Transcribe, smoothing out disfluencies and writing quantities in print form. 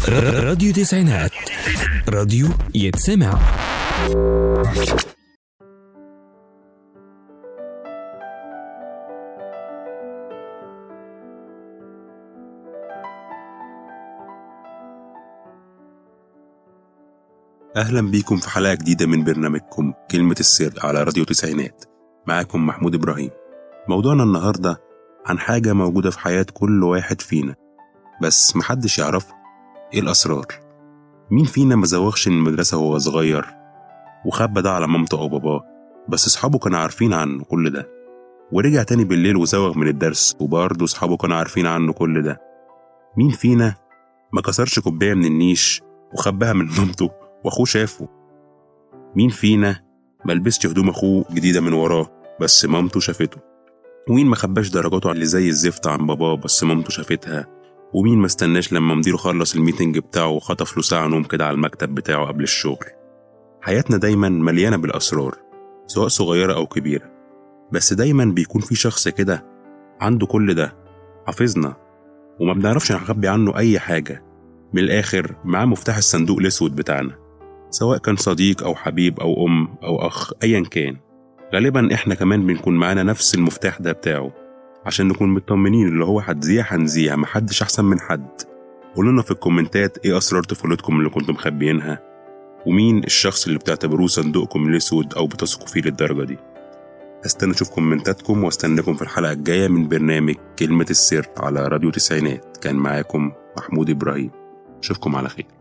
راديو تسعينات، راديو يتسمع. أهلا بيكم في حلقة جديدة من برنامجكم كلمة السر على راديو تسعينات. معاكم محمود إبراهيم. موضوعنا النهاردة عن حاجة موجودة في حياة كل واحد فينا بس محدش يعرفها. إيه الأسرار؟ مين فينا مزوغش من المدرسة وهو صغير وخبى ده على مامته أو باباه بس أصحابه كانوا عارفين عنه كل ده، ورجع تاني بالليل وزوغ من الدرس وبرضه أصحابه كانوا عارفين عنه كل ده؟ مين فينا ما كسرش كوباية من النيش وخباها من مامته واخوه شافه؟ مين فينا ما لبسش هدوم اخوه جديده من وراه بس مامته شافته؟ ومين ما خباش درجاته اللي زي الزفت عن باباه بس مامته شافتها؟ ومين ما استناش لما مديره خلص الميتنج بتاعه وخطف له ساعه نوم كده على المكتب بتاعه قبل الشغل؟ حياتنا دايما مليانه بالاسرار سواء صغيره او كبيره، بس دايما بيكون في شخص كده عنده كل ده حافظنا وما بنعرفش نخبي عنه اي حاجه. من الاخر معاه مفتاح الصندوق الاسود بتاعنا، سواء كان صديق أو حبيب أو أم أو أخ أيا كان. غالبا إحنا كمان بنكون معانا نفس المفتاح ده بتاعه عشان نكون مطمنين اللي هو هنذيع محدش أحسن من حد. قولونا في الكومنتات إيه أسرار طفولتكم اللي كنتم مخبيينها، ومين الشخص اللي بتعتبروه صندوقكم الأسود أو بتثقوا فيه للدرجة دي. استنى أشوف كومنتاتكم واستناكم في الحلقة الجاية من برنامج كلمة السر على راديو تسعينات. كان معاكم محمود إبراهيم، أشوفكم على خير.